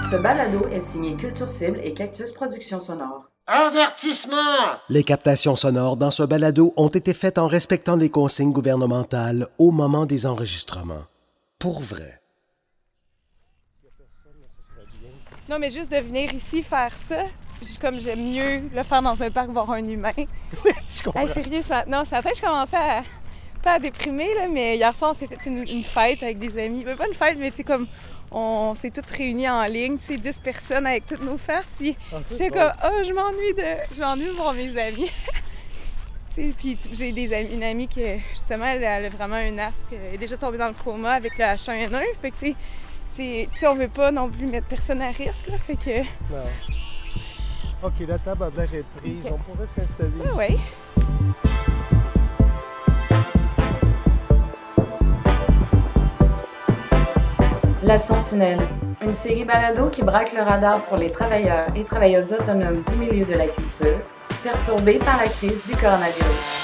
Ce balado est signé Culture Cible et Cactus Productions Sonores. Avertissement! Les captations sonores dans ce balado ont été faites en respectant les consignes gouvernementales au moment des enregistrements. Pour vrai. Non, mais juste de venir ici faire ça, comme j'aime mieux le faire dans un parc voir un humain. Oui, je comprends. Hey, sérieux, ce matin, je commençais à... pas à déprimer, là, mais hier soir, on s'est fait une fête avec des amis. Pas une fête, mais tu sais, comme on s'est toutes réunies en ligne, tu sais, 10 personnes avec toutes nos faces. Puis j'étais comme, je m'ennuie de voir mes amis. Puis j'ai une amie qui, justement, elle a vraiment un asthme. Elle est déjà tombée dans le coma avec le H1N1. Fait que, tu sais, on veut pas non plus mettre personne à risque, là. Fait que... Non. OK, la table a l'air d'être prise. Okay. On pourrait s'installer ici. Oui. La Sentinelle, une série balado qui braque le radar sur les travailleurs et travailleuses autonomes du milieu de la culture, perturbés par la crise du coronavirus.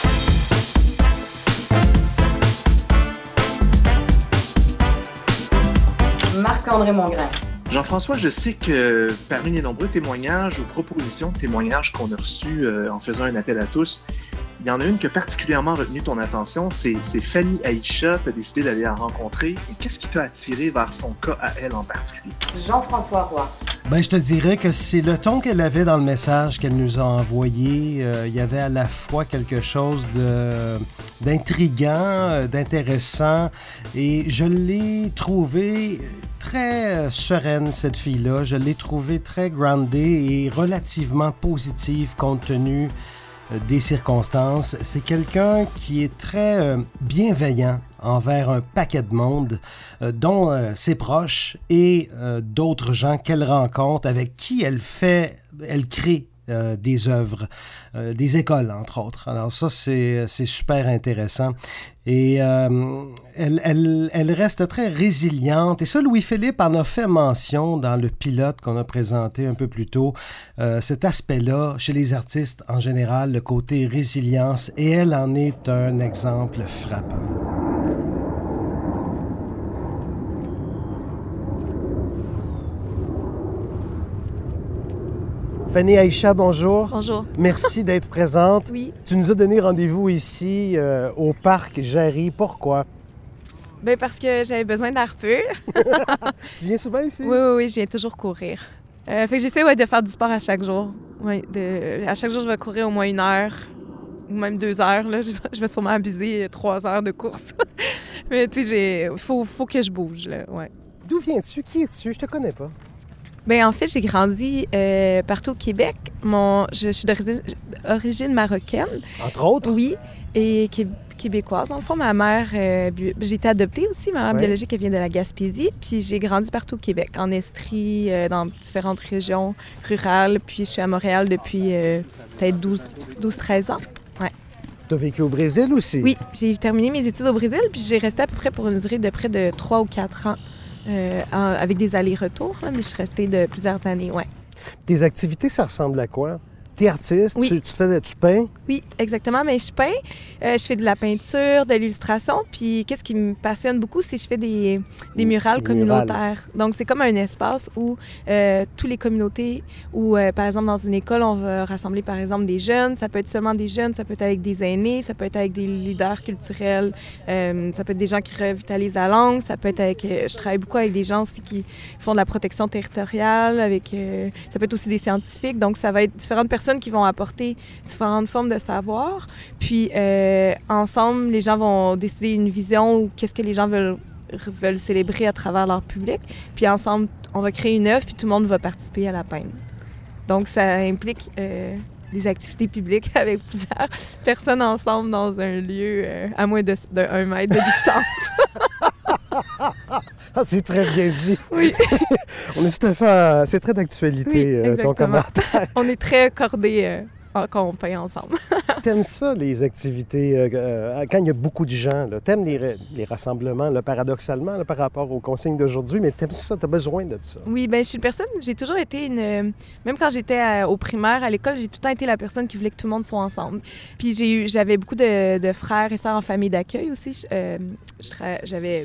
Marc-André Mongrain. Jean-François, je sais que parmi les nombreux témoignages ou propositions de témoignages qu'on a reçus en faisant un appel à tous, il y en a une qui a particulièrement retenu ton attention, c'est Fanny Aïcha. Tu as décidé d'aller la rencontrer. Et qu'est-ce qui t'a attiré vers son cas à elle en particulier? Jean-François Roy. Je te dirais que c'est le ton qu'elle avait dans le message qu'elle nous a envoyé. Il y avait à la fois quelque chose d'intriguant, d'intéressant. Et je l'ai trouvée très sereine, cette fille-là. Je l'ai trouvée très groundée et relativement positive compte tenu des circonstances. C'est quelqu'un qui est très bienveillant envers un paquet de monde, dont ses proches et d'autres gens qu'elle rencontre, avec qui elle crée des œuvres, des écoles, entre autres. Alors ça, c'est super intéressant. Et elle reste très résiliente. Et ça, Louis-Philippe en a fait mention dans le pilote qu'on a présenté un peu plus tôt. Cet aspect-là, chez les artistes en général, le côté résilience. Et elle en est un exemple frappant. Fanny Aïcha, bonjour. Bonjour. Merci d'être présente. Oui. Tu nous as donné rendez-vous ici au parc Jarry. Pourquoi? Parce que j'avais besoin d'air pur. Tu viens souvent ici? Oui, je viens toujours courir. Fait que j'essaie de faire du sport à chaque jour. Ouais, à chaque jour, je vais courir au moins 1 heure ou même 2 heures. Là. Je vais sûrement abuser 3 heures de course. Mais tu sais, faut que je bouge. Là. Ouais. D'où viens-tu? Qui es-tu? Je te connais pas. En fait, j'ai grandi partout au Québec. Je suis d'origine marocaine. Entre autres? Oui, et québécoise. Dans le fond, ma mère, j'ai été adoptée aussi. Ma mère biologique, elle vient de la Gaspésie. Puis j'ai grandi partout au Québec, en Estrie, dans différentes régions rurales. Puis je suis à Montréal depuis peut-être 12-13 ans. Ouais. Tu as vécu au Brésil aussi? Oui, j'ai terminé mes études au Brésil. Puis j'ai resté à peu près pour une durée de près de 3 ou 4 ans. Avec des allers-retours, là, mais je suis restée de plusieurs années, ouais. Tes activités, ça ressemble à quoi? T'es artiste, oui. tu peins? Oui, exactement, mais je peins. Je fais de la peinture, de l'illustration, puis qu'est-ce qui me passionne beaucoup, c'est que je fais des murales communautaires. Donc, c'est comme un espace où toutes les communautés, ou par exemple, dans une école, on va rassembler, par exemple, des jeunes. Ça peut être seulement des jeunes, ça peut être avec des aînés, ça peut être avec des leaders culturels, ça peut être des gens qui revitalisent la langue, ça peut être avec... je travaille beaucoup avec des gens aussi qui font de la protection territoriale, ça peut être aussi des scientifiques, donc ça va être différentes personnes qui vont apporter différentes formes de savoir. Puis, ensemble, les gens vont décider une vision ou qu'est-ce que les gens veulent célébrer à travers leur public. Puis, ensemble, on va créer une œuvre, puis tout le monde va participer à la peine. Donc, ça implique des activités publiques avec plusieurs personnes ensemble dans un lieu à moins de 1 mètre de distance. C'est très bien dit. Oui. On est tout à fait... C'est très d'actualité, oui, ton commentaire. On est très accordés quand on peint ensemble. T'aimes ça, les activités, quand il y a beaucoup de gens? Là, t'aimes les rassemblements, là, paradoxalement, là, par rapport aux consignes d'aujourd'hui, mais t'aimes ça, t'as besoin de ça? Oui, je suis une personne, j'ai toujours été même quand j'étais au primaire, à l'école, j'ai tout le temps été la personne qui voulait que tout le monde soit ensemble. Puis j'avais beaucoup de frères et sœurs en famille d'accueil aussi. J'avais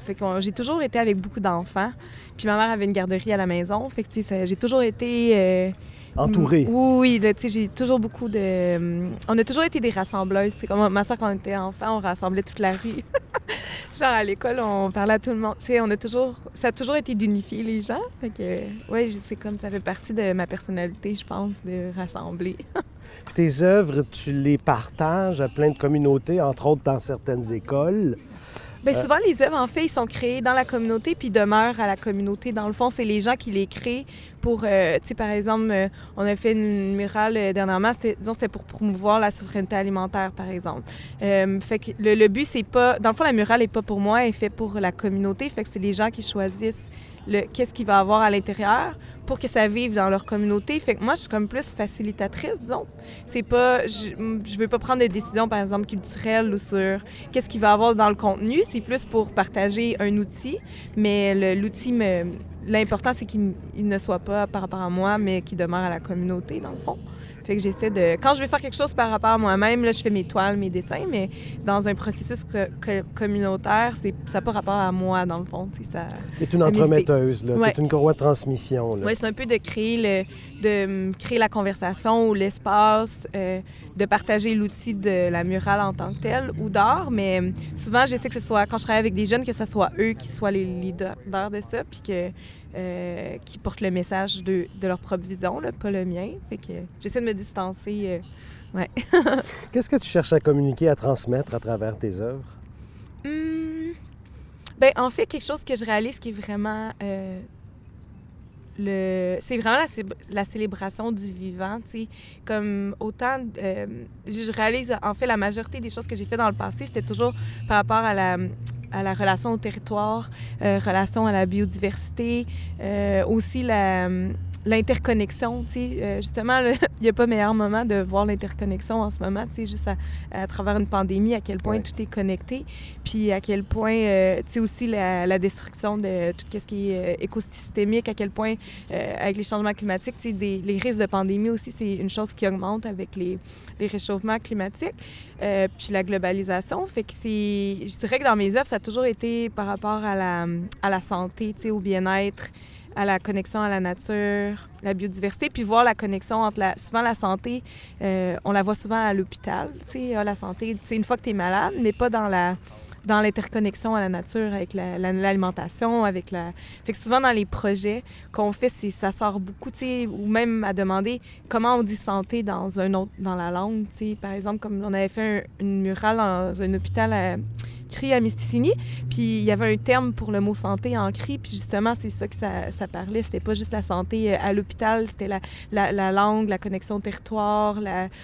Fait que j'ai toujours été avec beaucoup d'enfants. Puis ma mère avait une garderie à la maison. Fait que, tu sais, j'ai toujours été... Entourée. Oui, tu sais, j'ai toujours beaucoup de... On a toujours été des rassembleuses. C'est comme ma soeur, quand on était enfant, on rassemblait toute la rue. Genre, à l'école, on parlait à tout le monde. Tu sais, ça a toujours été d'unifier les gens. Fait que, ouais, c'est comme ça fait partie de ma personnalité, je pense, de rassembler. Puis tes œuvres, tu les partages à plein de communautés, entre autres dans certaines écoles. Bien, souvent, les œuvres, en fait, ils sont créés dans la communauté puis demeurent à la communauté. Dans le fond, c'est les gens qui les créent pour... tu sais, par exemple, on a fait une murale dernièrement, c'était pour promouvoir la souveraineté alimentaire, par exemple. Fait que le but, c'est pas... Dans le fond, la murale n'est pas pour moi, elle est faite pour la communauté. Fait que c'est les gens qui choisissent qu'est-ce qu'il va y avoir à l'intérieur pour que ça vive dans leur communauté. Fait que moi, je suis comme plus facilitatrice, disons. C'est pas... Je veux pas prendre de décision, par exemple, culturelle ou sur qu'est-ce qu'il va y avoir dans le contenu. C'est plus pour partager un outil. Mais l'outil, l'important, c'est qu'il ne soit pas par rapport à moi, mais qu'il demeure à la communauté, dans le fond. Fait que j'essaie de... Quand je vais faire quelque chose par rapport à moi-même, là, je fais mes toiles, mes dessins, mais dans un processus communautaire, ça n'a pas rapport à moi, dans le fond. Tu es une entremetteuse, là. Ouais. Tu es une courroie de transmission, là. Oui, c'est un peu de créer la conversation ou l'espace, de partager l'outil de la murale en tant que tel ou d'art, mais souvent, j'essaie que ce soit, quand je travaille avec des jeunes, que ce soit eux qui soient les leaders de ça, puis qui portent le message de leur propre vision, là, pas le mien. Fait que j'essaie de me distancer. Ouais. Qu'est-ce que tu cherches à communiquer, à transmettre à travers tes œuvres? Bien, en fait, quelque chose que je réalise qui est vraiment... c'est vraiment la célébration du vivant, tu sais. Comme autant... je réalise, en fait, la majorité des choses que j'ai fait dans le passé, c'était toujours par rapport à la relation au territoire, relation à la biodiversité, aussi l'interconnexion, tu sais. Justement, il n'y a pas meilleur moment de voir l'interconnexion en ce moment, tu sais, juste à travers une pandémie, à quel point tout est connecté, puis à quel point, tu sais, aussi la destruction de tout ce qui est écosystémique, à quel point, avec les changements climatiques, tu sais, les risques de pandémie aussi, c'est une chose qui augmente avec les réchauffements climatiques, puis la globalisation. Fait que je dirais que dans mes œuvres, ça a toujours été par rapport à la santé, tu sais, au bien-être, à la connexion à la nature, la biodiversité, puis voir la connexion entre souvent la santé, on la voit souvent à l'hôpital, tu sais, la santé, tu sais, une fois que tu es malade, mais pas dans l'interconnexion à la nature, avec l'alimentation, avec la... Fait que souvent, dans les projets qu'on fait, ça sort beaucoup, tu sais, ou même à demander comment on dit santé dans la langue, tu sais. Par exemple, comme on avait fait une murale dans un hôpital à Mistissini, puis il y avait un terme pour le mot santé en cri, puis justement, c'est ça que ça parlait. C'était pas juste la santé à l'hôpital, c'était la langue, la connexion au territoire,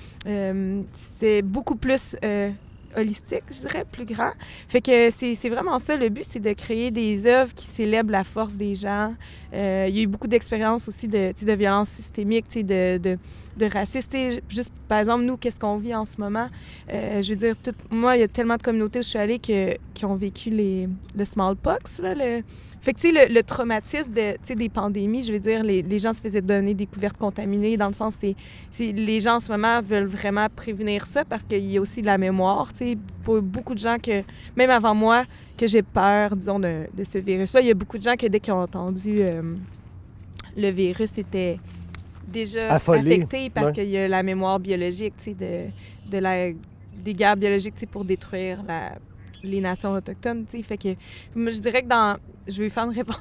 c'était beaucoup plus... holistique, je dirais, plus grand. Fait que c'est vraiment ça, le but, c'est de créer des œuvres qui célèbrent la force des gens. Il y a eu beaucoup d'expériences aussi de violence systémique, de racisme. Juste, par exemple, nous, qu'est-ce qu'on vit en ce moment? Je veux dire, moi, il y a tellement de communautés où je suis allée qui ont vécu le smallpox, là, Fait que, tu sais, le traumatisme des pandémies, je veux dire, les gens se faisaient donner des couvertes contaminées, dans le sens, les gens en ce moment veulent vraiment prévenir ça parce qu'il y a aussi de la mémoire, tu sais, pour beaucoup de gens même avant moi, que j'ai peur, disons, de ce virus-là. Il y a beaucoup de gens que dès qu'ils ont entendu le virus était déjà affecté parce qu'il y a la mémoire biologique, tu sais, des guerres biologiques, tu sais, pour détruire les nations autochtones, tu sais. Fait que moi, je dirais que je vais faire une réponse.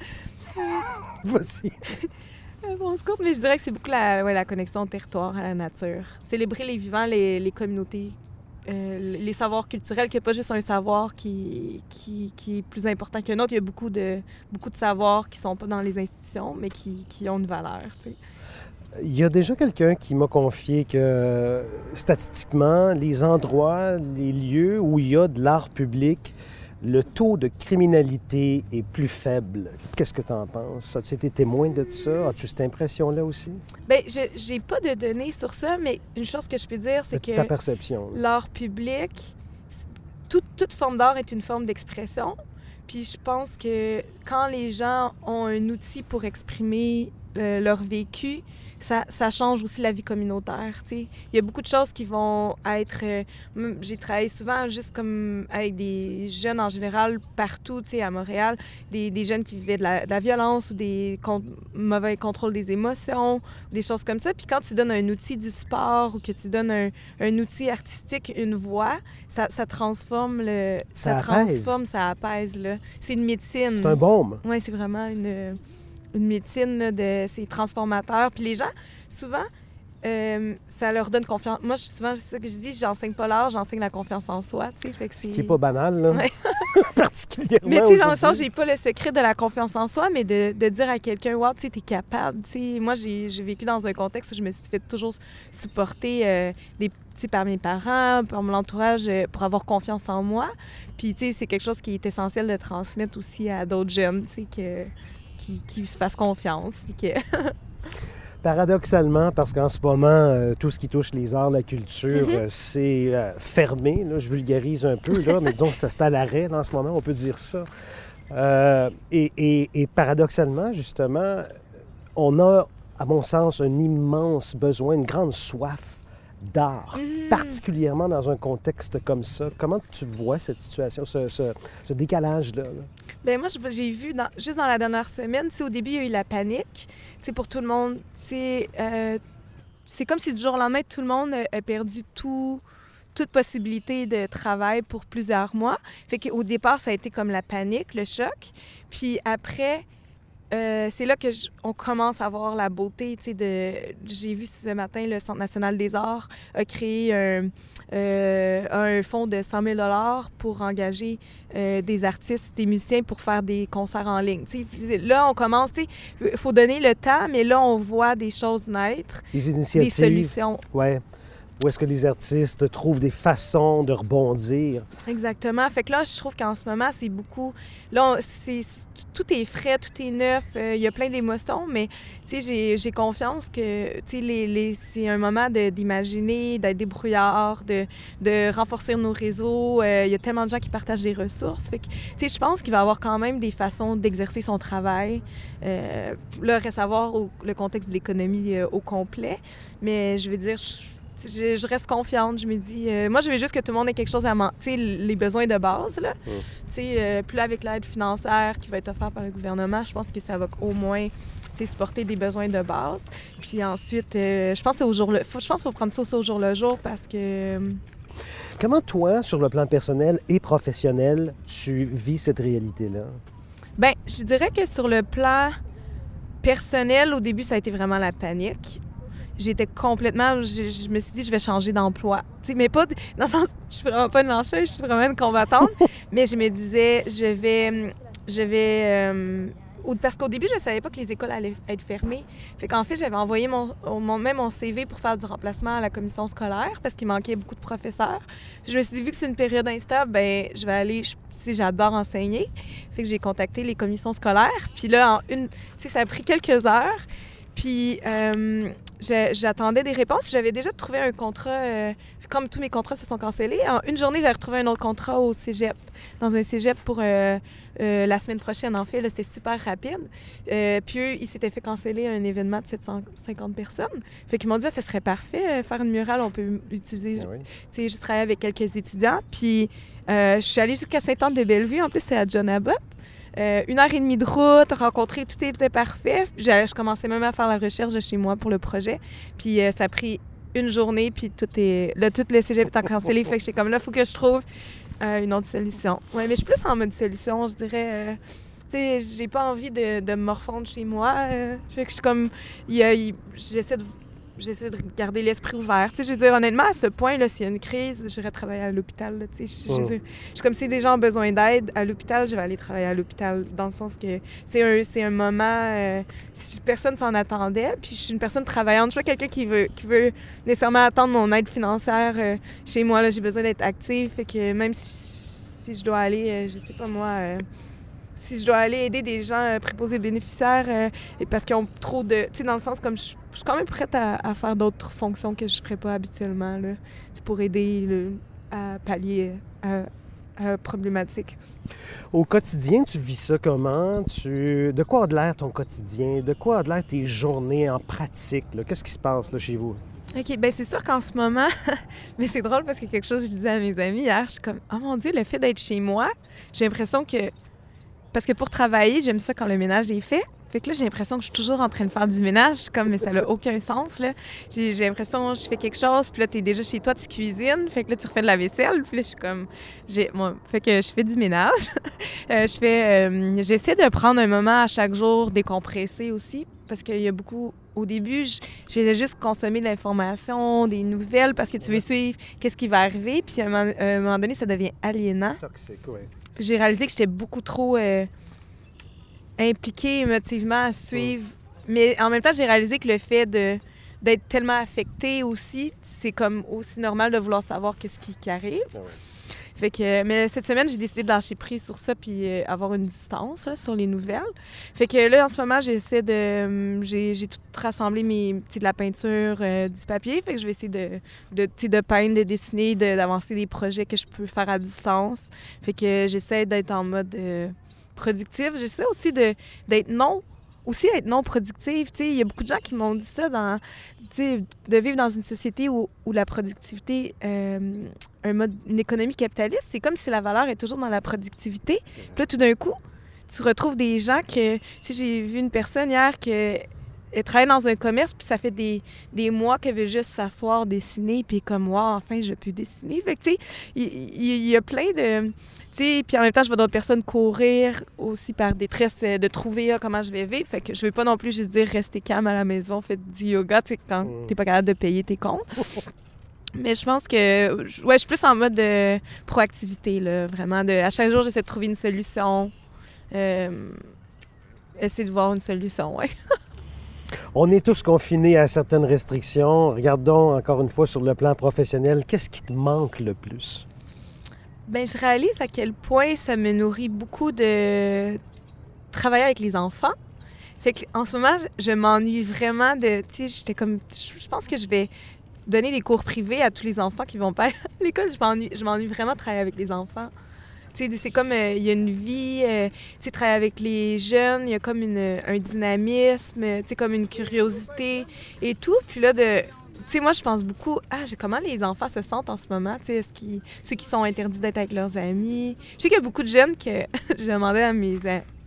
Voici. Bon, c'est court, mais je dirais que c'est beaucoup la connexion au territoire, à la nature. Célébrer les vivants, les communautés, les savoirs culturels, qu'il n'y a pas juste un savoir qui est plus important qu'un autre. Il y a beaucoup de savoirs qui ne sont pas dans les institutions, mais qui ont une valeur, tu sais. Il y a déjà quelqu'un qui m'a confié que, statistiquement, les endroits, les lieux où il y a de l'art public, le taux de criminalité est plus faible. Qu'est-ce que tu en penses? As-tu été témoin de ça? As-tu cette impression-là aussi? Bien, j'ai pas de données sur ça, mais une chose que je peux dire, c'est que... Ta perception. L'art public, toute forme d'art est une forme d'expression. Puis je pense que quand les gens ont un outil pour exprimer leur vécu, ça change aussi la vie communautaire, tu sais. Il y a beaucoup de choses qui vont être... j'ai travaillé souvent juste comme avec des jeunes en général partout, tu sais, à Montréal, des jeunes qui vivaient de la violence ou des mauvais contrôle des émotions, des choses comme ça. Puis quand tu donnes un outil du sport ou que tu donnes un outil artistique, une voix, ça transforme ça apaise, là. C'est une médecine. C'est un baume. Oui, c'est vraiment une médecine, là, c'est transformateur. Puis les gens, souvent, ça leur donne confiance. Moi, souvent, c'est ça que je dis, j'enseigne pas l'art, j'enseigne la confiance en soi, tu sais. Fait que ce qui n'est pas banal, là. Ouais. Particulièrement mais tu sais, dans le sens, j'ai pas le secret de la confiance en soi, mais de dire à quelqu'un, wow, tu sais, t'es capable, tu sais. Moi, j'ai vécu dans un contexte où je me suis fait toujours supporter par mes parents, par mon entourage, pour avoir confiance en moi. Puis, tu sais, c'est quelque chose qui est essentiel de transmettre aussi à d'autres jeunes, tu sais, qui se fassent confiance. Paradoxalement, parce qu'en ce moment, tout ce qui touche les arts, la culture, c'est fermé. Là, je vulgarise un peu, là, mais disons que c'est à l'arrêt là, en ce moment, on peut dire ça. Et paradoxalement, justement, on a, à mon sens, un immense besoin, une grande soif d'art, particulièrement dans un contexte comme ça. Comment tu vois cette situation, ce décalage-là? Là? Bien, moi, j'ai vu, juste dans la dernière semaine, au début, il y a eu la panique. Pour tout le monde, c'est comme si du jour au lendemain, tout le monde a perdu toute possibilité de travail pour plusieurs mois. Fait qu'au départ, ça a été comme la panique, le choc. Puis après... c'est là on commence à voir la beauté, tu sais, j'ai vu ce matin, le Centre national des arts a créé un fonds de 100 000 $ pour engager des artistes, des musiciens pour faire des concerts en ligne. Tu sais, là, on commence, tu sais, il faut donner le temps, mais là, on voit des choses naître, des initiatives, des solutions. Ouais. Où est-ce que les artistes trouvent des façons de rebondir? Exactement. Fait que là, je trouve qu'en ce moment, c'est beaucoup... Là, tout est frais, tout est neuf, il y a plein d'émotions, mais tu sais, j'ai confiance que, tu sais, c'est un moment d'imaginer, d'être débrouillard, de renforcer nos réseaux. Il y a tellement de gens qui partagent des ressources. Fait que, tu sais, je pense qu'il va y avoir quand même des façons d'exercer son travail. Là, reste à voir le contexte de l'économie au complet, mais je veux dire... Je reste confiante, je me dis... moi, je veux juste que tout le monde ait quelque chose à manger. Tu sais, les besoins de base, là. Tu sais, puis là, avec l'aide financière qui va être offerte par le gouvernement, je pense que ça va au moins, tu sais, supporter des besoins de base. Puis ensuite, je pense qu'il faut prendre ça au jour le jour parce que... Comment toi, sur le plan personnel et professionnel, tu vis cette réalité-là? Bien, je dirais que sur le plan personnel, au début, ça a été vraiment la panique. J'étais complètement... Je me suis dit, je vais changer d'emploi. Tu sais, mais pas... Dans le sens, je suis vraiment pas une lanceuse, je suis vraiment une combattante. Mais je me disais, je vais parce qu'au début, je savais pas que les écoles allaient être fermées. Fait qu'en fait, j'avais envoyé mon CV pour faire du remplacement à la commission scolaire parce qu'il manquait beaucoup de professeurs. Je me suis dit, vu que c'est une période instable, ben je vais aller... j'adore enseigner. Fait que j'ai contacté les commissions scolaires. Puis là, tu sais, ça a pris quelques heures. Puis... j'attendais des réponses. Puis j'avais déjà trouvé un contrat, comme tous mes contrats se sont cancellés. En une journée, j'ai retrouvé un autre contrat au cégep, dans un cégep pour la semaine prochaine. En fait, là, c'était super rapide. Puis eux, ils s'étaient fait canceller un événement de 750 personnes. Fait qu'ils m'ont dit, ça serait parfait, faire une murale, on peut utiliser... Tu sais, je travaillais avec quelques étudiants. Puis je suis allée jusqu'à Sainte-Anne-de-Bellevue. En plus, c'est à John Abbott. 1h30 de route, rencontrer, tout était parfait. Je commençais même à faire la recherche de chez moi pour le projet. Puis ça a pris une journée, puis tout le cégep est cancellé. Fait que j'étais comme là, il faut que je trouve une autre solution. Ouais, mais je suis plus en mode solution, je dirais. Tu sais, j'ai pas envie de me morfondre chez moi. Fait que je suis comme... J'essaie de garder l'esprit ouvert. Tu sais, je veux dire, honnêtement, à ce point, là, s'il y a une crise, j'irai travailler à l'hôpital. Là, tu sais, je veux dire, je suis comme si des gens ont besoin d'aide à l'hôpital, je vais aller travailler à l'hôpital, dans le sens que c'est un moment... si personne s'en attendait, puis je suis une personne travaillante. Je suis pas quelqu'un qui veut nécessairement attendre mon aide financière chez moi. Là, j'ai besoin d'être active. Fait que même si je dois aller, je sais pas moi... si je dois aller aider des gens préposés bénéficiaires parce qu'ils ont trop de... Tu sais, dans le sens comme je suis quand même prête à faire d'autres fonctions que je ne ferais pas habituellement, là, pour aider à pallier problématique. Au quotidien, tu vis ça comment? De quoi a de l'air ton quotidien? De quoi a de l'air tes journées en pratique? Là? Qu'est-ce qui se passe là, chez vous? OK, bien c'est sûr qu'en ce moment, mais c'est drôle parce que quelque chose que je disais à mes amis hier, je suis comme, oh mon Dieu, le fait d'être chez moi, j'ai l'impression que, parce que pour travailler, j'aime ça quand le ménage est fait. Fait que là, j'ai l'impression que je suis toujours en train de faire du ménage. Je suis comme, mais ça n'a aucun sens, là. J'ai l'impression que je fais quelque chose, puis là, t'es déjà chez toi, tu cuisines. Fait que là, tu refais de la vaisselle. Puis là, je suis comme... fait que je fais du ménage. J'essaie de prendre un moment à chaque jour décompresser aussi, parce qu'il y a beaucoup... Au début, je faisais juste consommer de l'information, des nouvelles, parce que tu veux suivre qu'est-ce qui va arriver. Puis à un moment donné, ça devient aliénant. Toxique, oui. J'ai réalisé que j'étais beaucoup trop... impliquée émotivement à suivre. Mais en même temps, j'ai réalisé que le fait d'être tellement affectée aussi, c'est comme aussi normal de vouloir savoir qu'est-ce qui arrive. Ah ouais. Fait que, mais cette semaine, j'ai décidé de lâcher prise sur ça puis avoir une distance là, sur les nouvelles. Fait que là, en ce moment, j'essaie de... J'ai tout rassemblé de la peinture, du papier. Fait que je vais essayer de peindre, de dessiner, d'avancer des projets que je peux faire à distance. Fait que j'essaie d'être en mode... productive. J'essaie aussi d'être non productive. Il y a beaucoup de gens qui m'ont dit ça, de vivre dans une société où la productivité, une économie capitaliste, c'est comme si la valeur est toujours dans la productivité. Puis là, tout d'un coup, tu retrouves des gens que... j'ai vu une personne hier elle travaille dans un commerce, puis ça fait des mois qu'elle veut juste s'asseoir, dessiner, puis comme, wow, enfin, je peux dessiner. Fait que, tu sais, il y a plein de... Puis en même temps, je vois d'autres personnes courir aussi par détresse de trouver comment je vais vivre. Fait que je veux pas non plus juste dire rester calme à la maison, faites du yoga quand t'es pas capable de payer tes comptes. Mais je pense que je suis plus en mode de proactivité, là, vraiment. À chaque jour, j'essaie de trouver une solution. Essayer de voir une solution, ouais. On est tous confinés à certaines restrictions. Regardons encore une fois sur le plan professionnel. Qu'est-ce qui te manque le plus? Bien, je réalise à quel point ça me nourrit beaucoup de travailler avec les enfants. Fait qu'en ce moment, je m'ennuie vraiment de... Tu sais, j'étais comme... Je pense que je vais donner des cours privés à tous les enfants qui vont pas à l'école. Je m'ennuie vraiment de travailler avec les enfants. Tu sais, c'est comme... Il y a une vie... tu sais, travailler avec les jeunes, il y a comme un dynamisme, tu sais, comme une curiosité et tout. Puis là, tu sais, moi, je pense beaucoup comment les enfants se sentent en ce moment. Tu sais, ceux qui sont interdits d'être avec leurs amis. Je sais qu'il y a beaucoup de jeunes que j'ai demandé à mes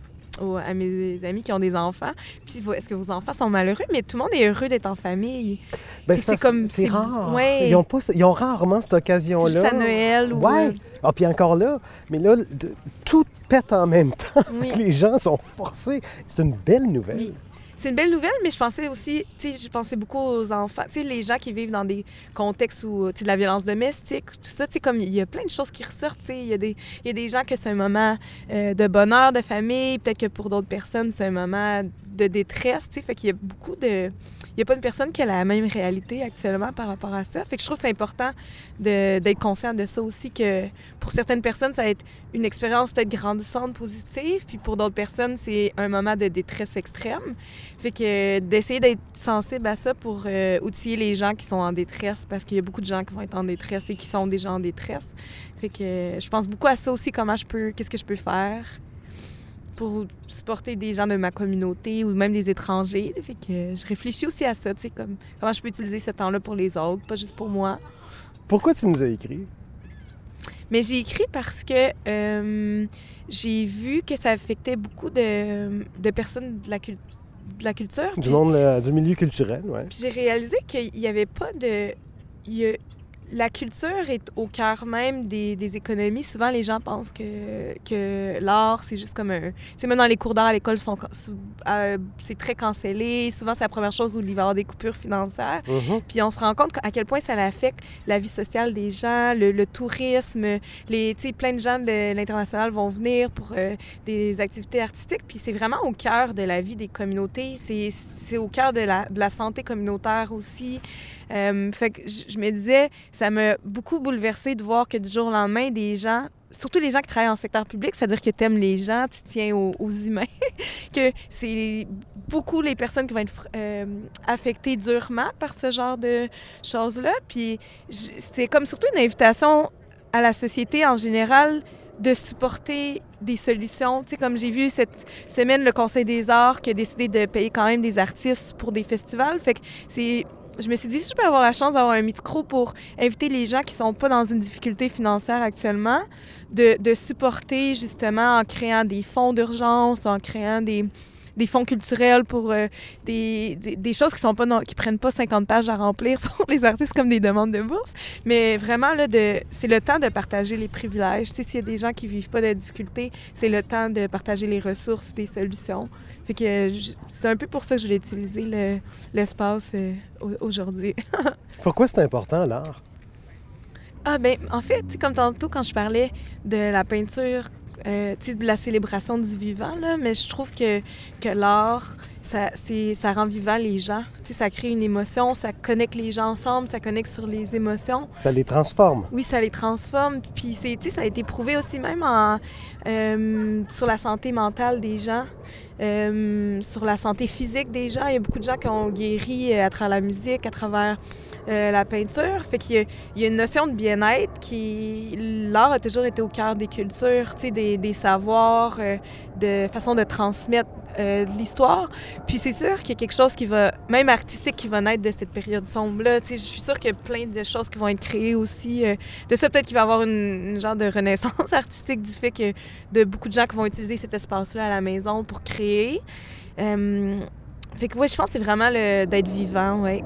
amis qui ont des enfants. Puis, est-ce que vos enfants sont malheureux? Mais tout le monde est heureux d'être en famille. Bien, c'est rare. Ouais. Ils ont rarement cette occasion-là. Juste à Noël ou... Ouais. Ah, puis encore là, mais là, tout pète en même temps. Oui. Les gens sont forcés. C'est une belle nouvelle. Oui. C'est une belle nouvelle, mais je pensais aussi, tu sais, je pensais beaucoup aux enfants, tu sais, les gens qui vivent dans des contextes où, tu sais, de la violence domestique, tout ça, tu sais, comme il y a plein de choses qui ressortent, tu sais, il y a des gens que c'est un moment de bonheur, de famille, peut-être que pour d'autres personnes, c'est un moment de détresse, tu sais, fait qu'il y a beaucoup de... Il n'y a pas une personne qui a la même réalité actuellement par rapport à ça. Fait que je trouve que c'est important d'être conscient de ça aussi, que pour certaines personnes, ça va être une expérience peut-être grandissante, positive, puis pour d'autres personnes, c'est un moment de détresse extrême. Fait que d'essayer d'être sensible à ça pour outiller les gens qui sont en détresse, parce qu'il y a beaucoup de gens qui vont être en détresse et qui sont déjà en détresse. Fait que je pense beaucoup à ça aussi, qu'est-ce que je peux faire pour supporter des gens de ma communauté ou même des étrangers. Fait que je réfléchis aussi à ça, tu sais, comme comment je peux utiliser ce temps-là pour les autres, pas juste pour moi. Pourquoi tu nous as écrit? Mais j'ai écrit parce que j'ai vu que ça affectait beaucoup de personnes de la culture. Du monde, du milieu culturel, oui. Puis j'ai réalisé qu'il n'y avait pas de... La culture est au cœur même des économies. Souvent, les gens pensent que l'art, c'est juste comme un... Tu sais, même dans les cours d'art à l'école, c'est très cancellé. Souvent, c'est la première chose où il va y avoir des coupures financières. Mm-hmm. Puis on se rend compte à quel point ça affecte la vie sociale des gens, le tourisme. Tu sais, plein de gens de l'international vont venir pour des activités artistiques. Puis c'est vraiment au cœur de la vie des communautés. C'est au cœur de la santé communautaire aussi. Fait que je me disais, ça m'a beaucoup bouleversée de voir que du jour au lendemain, des gens, surtout les gens qui travaillent en secteur public, c'est-à-dire que tu aimes les gens, tu tiens aux humains, que c'est beaucoup les personnes qui vont être affectées durement par ce genre de choses-là. Puis c'est comme surtout une invitation à la société en général de supporter des solutions. Tu sais, comme j'ai vu cette semaine, le Conseil des arts qui a décidé de payer quand même des artistes pour des festivals. Fait que je me suis dit, si je peux avoir la chance d'avoir un micro pour inviter les gens qui sont pas dans une difficulté financière actuellement, de supporter justement en créant des fonds d'urgence, en créant des fonds culturels pour des choses qui prennent pas 50 pages à remplir pour les artistes comme des demandes de bourse. Mais vraiment, là, c'est le temps de partager les privilèges. Tu sais, s'il y a des gens qui vivent pas de difficultés, c'est le temps de partager les ressources, les solutions. Fait que c'est un peu pour ça que je vais utiliser l'espace aujourd'hui. Pourquoi c'est important, l'art? En fait, comme tantôt, quand je parlais de la peinture, de la célébration du vivant, là, mais je trouve que l'art, ça rend vivant les gens. Ça crée une émotion, ça connecte les gens ensemble, ça connecte sur les émotions. Ça les transforme. Oui, ça les transforme. Puis ça a été prouvé aussi même sur la santé mentale des gens, sur la santé physique des gens. Il y a beaucoup de gens qui ont guéri à travers la musique, à travers la peinture. Fait qu'il y a une notion de bien-être l'art a toujours été au cœur des cultures, des savoirs, de façon de transmettre de l'histoire. Puis c'est sûr qu'il y a quelque chose qui va, même artistique, qui va naître de cette période sombre-là. Je suis sûre qu'il y a plein de choses qui vont être créées aussi. De ça, peut-être qu'il va y avoir une genre de renaissance artistique du fait que de beaucoup de gens qui vont utiliser cet espace-là à la maison pour créer. Fait que je pense que c'est vraiment d'être vivant, ouais.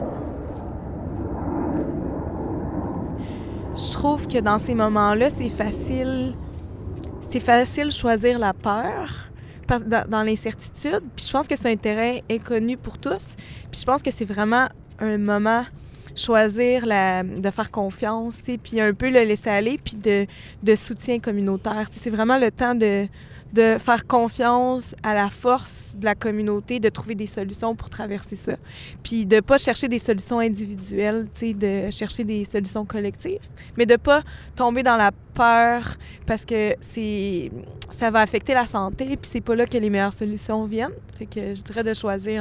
Je trouve que dans ces moments-là, c'est facile de choisir la peur dans l'incertitude. Puis je pense que c'est un terrain inconnu pour tous. Puis je pense que c'est vraiment un moment choisir de faire confiance, puis un peu le laisser aller, puis de soutien communautaire. C'est vraiment le temps de faire confiance à la force de la communauté, de trouver des solutions pour traverser ça. Puis de pas chercher des solutions individuelles, de chercher des solutions collectives, mais de pas tomber dans la peur parce que ça va affecter la santé, puis c'est pas là que les meilleures solutions viennent. Fait que je dirais de choisir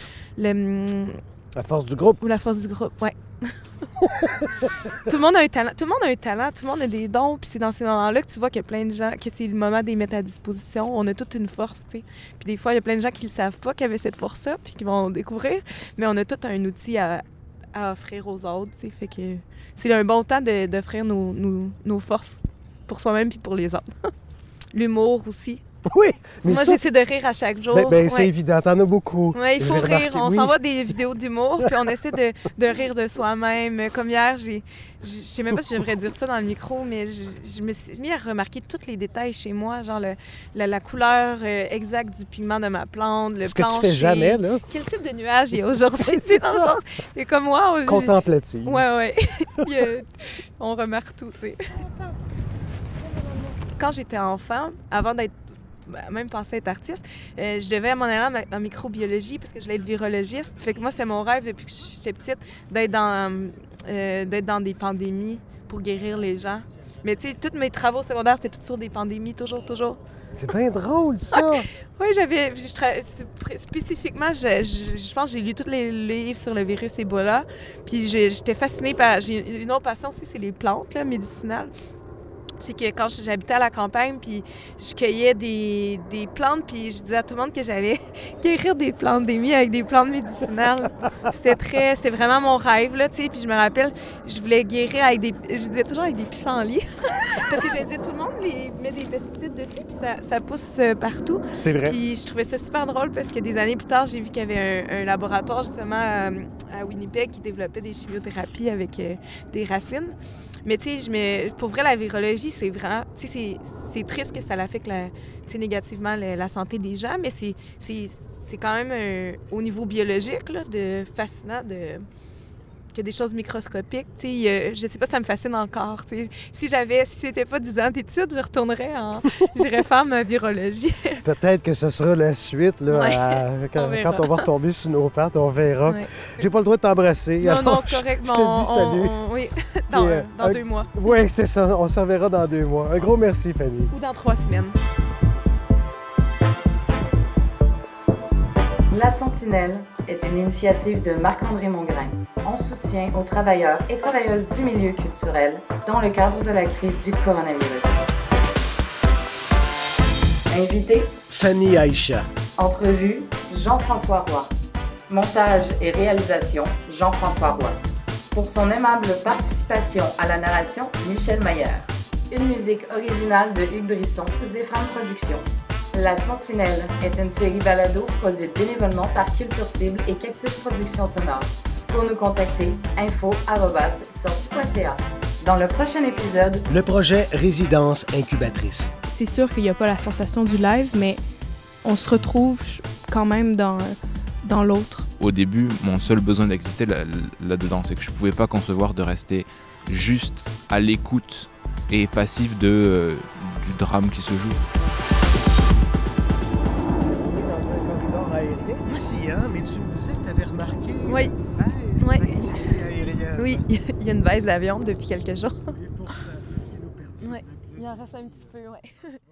la force du groupe. Ou la force du groupe, oui. Tout le monde a un talent, tout le monde a des dons, puis c'est dans ces moments-là que tu vois qu'il y a plein de gens, que c'est le moment de les mettre à disposition. On a toute une force, tu sais. Puis des fois, il y a plein de gens qui ne savent pas qu'il y avait cette force-là, puis qui vont découvrir, mais on a tout un outil à offrir aux autres, tu sais. Fait que c'est un bon temps d'offrir nos forces pour soi-même puis pour les autres. L'humour aussi. Oui! Mais moi, j'essaie de rire à chaque jour. C'est évident, t'en as beaucoup. Oui, il faut rire. On s'envoie des vidéos d'humour, puis on essaie de rire de soi-même. Comme hier, je sais même pas si j'aimerais dire ça dans le micro, mais je me suis mis à remarquer tous les détails chez moi, genre la couleur exacte du pigment de ma plante, le plancher. Ce que tu fais jamais, là. Quel type de nuage il y a aujourd'hui? C'est dans le sens. Et comme moi... Contemplative. Oui. On remarque tout, tu sais. Quand j'étais enfant, avant d'être même pensé être artiste, je devais m'en aller en microbiologie parce que je voulais être virologiste. Fait que moi, c'est mon rêve depuis que j'étais petite d'être dans des pandémies pour guérir les gens. Mais tu sais, tous mes travaux secondaires, c'était tout sur des pandémies, toujours. C'est bien drôle, ça! Oui, spécifiquement, je pense que j'ai lu tous les livres sur le virus Ebola. Puis j'étais fascinée par... J'ai une autre passion aussi, c'est les plantes là, médicinales. C'est que quand j'habitais à la campagne, puis je cueillais des plantes, puis je disais à tout le monde que j'allais guérir des pandémies avec des plantes médicinales. C'était vraiment mon rêve, là, tu sais. Puis je me rappelle, je voulais guérir je disais toujours avec des pissenlits. Parce que je disais, tout le monde met des pesticides dessus, puis ça pousse partout. C'est vrai. Puis je trouvais ça super drôle parce que des années plus tard, j'ai vu qu'il y avait un laboratoire, justement, à Winnipeg qui développait des chimiothérapies avec des racines. Mais tu sais, pour vrai, la virologie, c'est vraiment... Tu sais, c'est triste que ça affecte négativement la santé des gens, mais c'est quand même au niveau biologique, là, fascinant qu'il y a des choses microscopiques. Tu sais, je sais pas, ça me fascine encore. Tu sais. Si c'était pas 10 ans d'études, j'irais faire ma virologie. Peut-être que ce sera la suite, là, quand on va retomber sur nos pattes, on verra. Ouais. J'ai pas le droit de t'embrasser. Non, c'est correct. Je te dis salut. Oui, dans 2 mois. Oui, c'est ça. On se reverra dans 2 mois. Un gros merci, Fanny. Ou dans 3 semaines. La Sentinelle est une initiative de Marc-André Mongrain en soutien aux travailleurs et travailleuses du milieu culturel dans le cadre de la crise du coronavirus. Invité, Fanny Aïcha. entrevue, Jean-François Roy. Montage et réalisation, Jean-François Roy. Pour son aimable participation à la narration, Michel Mayer. Une musique originale de Hugues Brisson, Zéphane Productions. La Sentinelle est une série balado produite bénévolement par Culture Cible et Cactus Productions Sonores. Pour nous contacter, info@sortie.ca. Dans le prochain épisode, Le projet Résidence Incubatrice. C'est sûr qu'il n'y a pas la sensation du live, mais on se retrouve quand même dans l'autre. Au début, mon seul besoin d'exister là-dedans, c'est que je ne pouvais pas concevoir de rester juste à l'écoute et passif du drame qui se joue. Dans un corridor aérien ici, hein? Mais tu me disais que tu avais remarqué Oui. une baisse Oui. d'activité aérienne. Oui, il y a une baisse d'avion depuis quelques jours. Et pourtant, c'est ce qui nous perturbe Ouais. le plus Il en reste ici. un petit peu, ouais.